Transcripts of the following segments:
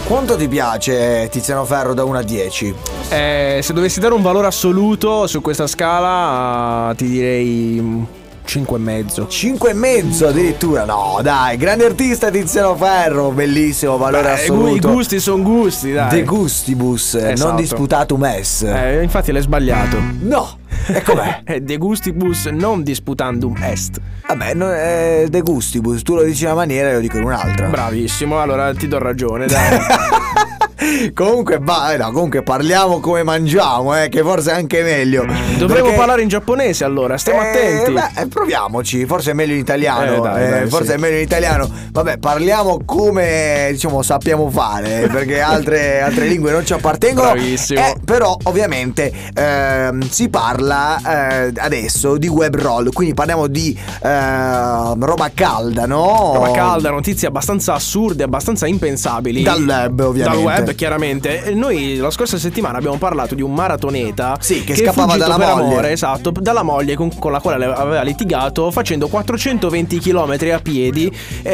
Quanto ti piace Tiziano Ferro da 1 a 10? Se dovessi dare un valore assoluto su questa scala, ti direi 5,5. 5,5 addirittura? No, dai, grande artista Tiziano Ferro, bellissimo, valore assoluto. I gusti sono gusti, dai. De gustibus, Esatto. non disputatum est. Infatti l'hai sbagliato. No, e com'è? De gustibus non disputandum est. Vabbè, è de gustibus, tu lo dici in una maniera e io dico in un'altra. Bravissimo, allora ti do ragione, dai. Comunque parliamo come mangiamo, che forse è anche meglio. Dovremmo parlare in giapponese, allora, stiamo attenti. Proviamoci, forse è meglio in italiano. Dai, forse sì. è meglio in italiano. Vabbè, parliamo come, diciamo, sappiamo fare, perché altre lingue non ci appartengono. Bravissimo. Però ovviamente si parla adesso di web roll, quindi parliamo di roba calda, no? Roba calda, notizie abbastanza assurde, abbastanza impensabili. Dal web, ovviamente. Dal web, chiaramente. Noi la scorsa settimana abbiamo parlato di un maratoneta che scappava dalla moglie. Amore, esatto, dalla moglie con la quale aveva litigato, facendo 420 km a piedi,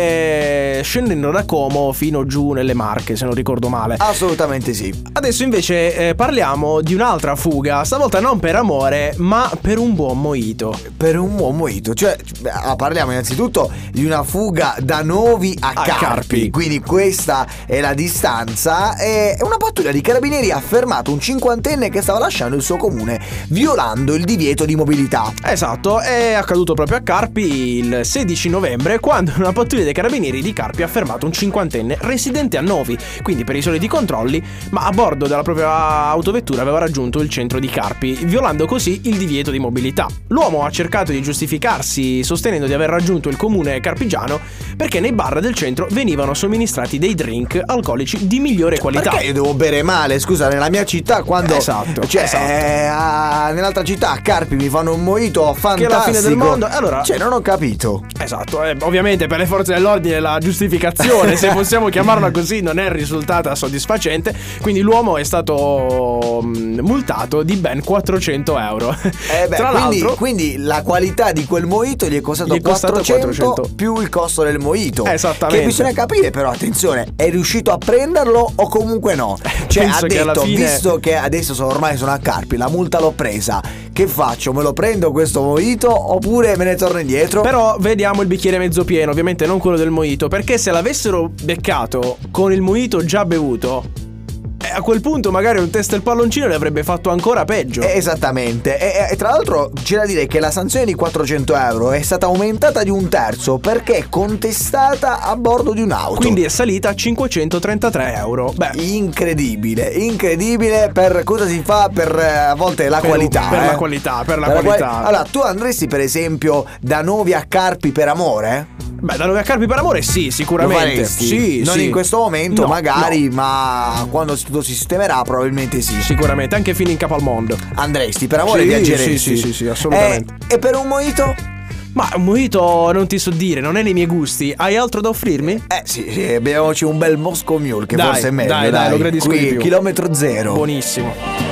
scendendo da Como fino giù nelle Marche, se non ricordo male. Assolutamente sì. Adesso invece parliamo di un'altra fuga, stavolta non per amore, ma per un buon mojito. Per un buon mojito, cioè parliamo innanzitutto di una fuga da Novi a Carpi. Quindi questa è la distanza. E una pattuglia di carabinieri ha fermato un cinquantenne che stava lasciando il suo comune, violando il divieto di mobilità. Esatto, è accaduto proprio a Carpi il 16 novembre, quando una pattuglia dei carabinieri di Carpi ha fermato un cinquantenne residente a Novi, quindi per i soliti controlli, ma a bordo della propria autovettura aveva raggiunto il centro di Carpi, violando così il divieto di mobilità. L'uomo ha cercato di giustificarsi sostenendo di aver raggiunto il comune carpigiano perché nei bar del centro venivano somministrati dei drink alcolici di migliore qualità. Perché io devo bere male? Scusa, nella mia città quando esatto. nell'altra città a Carpi mi fanno un mojito fantastico, che è la fine del mondo. Allora, non ho capito. Esatto, ovviamente per le forze dell'ordine la giustificazione, se possiamo chiamarla così, non è risultata soddisfacente, quindi l'uomo è stato multato di ben 400 euro. Tra l'altro, quindi la qualità di quel mojito gli è costato 400 più il costo del mojito. Esattamente. Che bisogna capire, però attenzione, è riuscito a prenderlo o comunque no? Cioè ha detto, visto che adesso ormai sono a Carpi, la multa l'ho presa, che faccio? Me lo prendo questo mojito oppure me ne torno indietro? Però vediamo il bicchiere mezzo pieno, ovviamente non quello del mojito, perché se l'avessero beccato con il mojito già bevuto, a quel punto magari un test del palloncino le avrebbe fatto ancora peggio. Esattamente. E tra l'altro c'è da dire che la sanzione di 400 euro è stata aumentata di un terzo perché è contestata a bordo di un'auto. Quindi è salita a 533 euro. Beh, incredibile. Per cosa si fa? Per a volte la qualità. Per la qualità. Allora, tu andresti per esempio da Novi a Carpi per amore? Beh, da Novi a Carpi per amore sì, sicuramente. Sì, non in questo momento, magari, ma quando tutto si sistemerà probabilmente sì. Sicuramente, anche fino in capo al mondo. Andresti, per amore viaggeresti. Sì, assolutamente. E per un mojito? Ma un mojito non ti so dire, non è nei miei gusti. Hai altro da offrirmi? Sì, beviamoci un bel Moscow Mule, che forse è meglio. Dai, lo gradisco qui, di più. Chilometro zero. Buonissimo.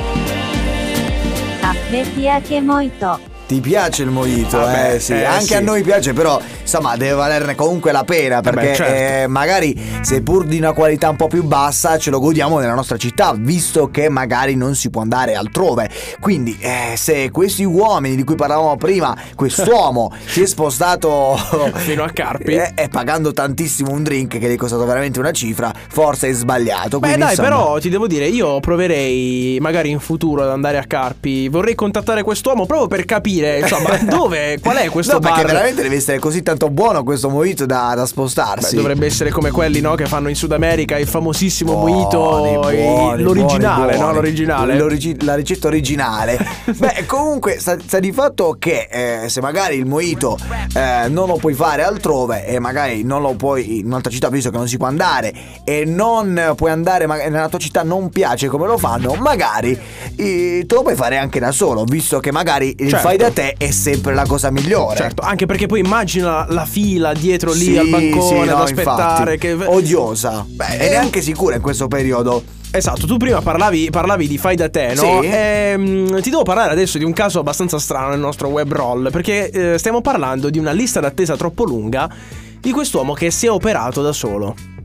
A me piace molto. Ti piace il mojito? Sì. Anche sì. A noi piace, però insomma deve valerne comunque la pena, perché certo. magari seppur di una qualità un po' più bassa ce lo godiamo nella nostra città, visto che magari non si può andare altrove. Quindi se questi uomini di cui parlavamo prima, quest'uomo si è spostato fino a Carpi e pagando tantissimo un drink che gli è costato veramente una cifra, forse è sbagliato. Quindi, dai, insomma... però ti devo dire, io proverei magari in futuro ad andare a Carpi. Vorrei contattare quest'uomo proprio per capire, insomma, qual è questo bar? Perché veramente deve essere così tanto buono questo mojito da spostarsi. Dovrebbe essere come quelli, no, che fanno in Sud America il famosissimo mojito, l'originale, no? L'originale. La ricetta originale. Comunque sta di fatto che se magari il mojito non lo puoi fare altrove e magari non lo puoi in un'altra città, visto che non si può andare, e non puoi andare nella tua città, non piace come lo fanno, magari te lo puoi fare anche da solo, visto che magari il fai da te è sempre la cosa migliore. Certo, anche perché poi immagina la fila dietro lì al bancone ad aspettare, infatti, che odiosa e neanche sicura in questo periodo. Esatto, tu prima parlavi di fai da te, no? Sì. Ti devo parlare adesso di un caso abbastanza strano nel nostro web roll, perché stiamo parlando di una lista d'attesa troppo lunga di quest'uomo che si è operato da solo.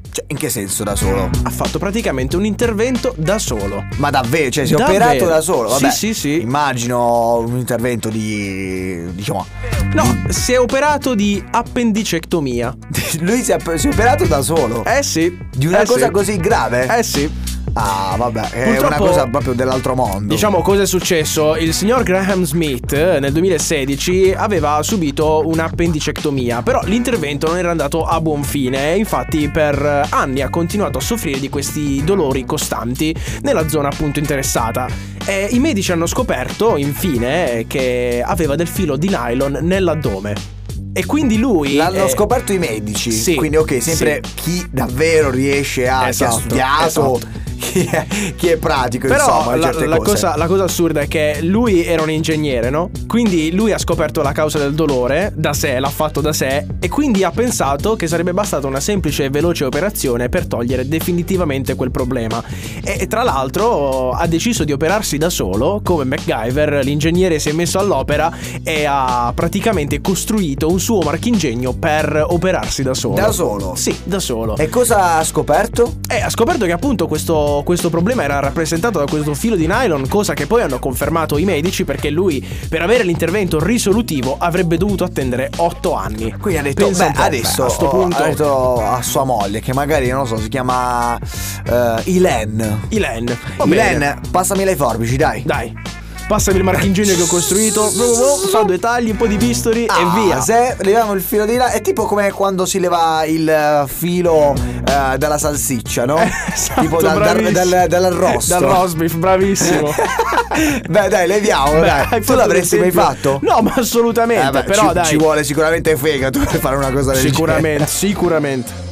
Cioè, in che senso da solo? Ha fatto praticamente un intervento da solo. Ma davvero? Cioè, si è Davvero? operato da solo? Vabbè, Sì. Immagino un intervento di... diciamo... No, si è operato di appendicectomia. Lui si è operato da solo? Sì. Di una cosa sì. così grave? Sì. Ah, vabbè, è Purtroppo, una cosa proprio dell'altro mondo. Diciamo cosa è successo? Il signor Graham Smith nel 2016 aveva subito un'appendicectomia, però l'intervento non era andato a buon fine e infatti per anni ha continuato a soffrire di questi dolori costanti nella zona appunto interessata. E i medici hanno scoperto infine che aveva del filo di nylon nell'addome. E quindi lui l'hanno scoperto i medici. Sì, quindi ok, sempre chi davvero riesce a chi ha studiato, chi è pratico. Però insomma, certe cose. la cosa assurda è che lui era un ingegnere, no? Quindi lui ha scoperto la causa del dolore da sé, l'ha fatto da sé, e quindi ha pensato che sarebbe bastata una semplice e veloce operazione per togliere definitivamente quel problema. E tra l'altro ha deciso di operarsi da solo. Come MacGyver, l'ingegnere si è messo all'opera e ha praticamente costruito un suo marchingegno per operarsi da solo. Da solo? Sì, da solo. E cosa ha scoperto? Ha scoperto che appunto questo problema era rappresentato da questo filo di nylon, cosa che poi hanno confermato i medici, perché lui, per avere l'intervento risolutivo, avrebbe dovuto attendere 8 anni. Quindi ha detto, adesso a sto punto ha detto a sua moglie, che magari, non lo so, si chiama Ilen, passami le forbici, dai. Passami il marchingegno che ho costruito, fa 2 tagli, un po' di bisturi e via. Se leviamo il filo di là, è tipo come quando si leva il filo dalla salsiccia, no? Esatto, tipo dall'arrosto. Dal roast beef, bravissimo. Beh, dai, leviamo, dai. Tu l'avresti mai fatto? No, ma assolutamente. Però ci vuole sicuramente fegato per fare una cosa del genere. Sicuramente.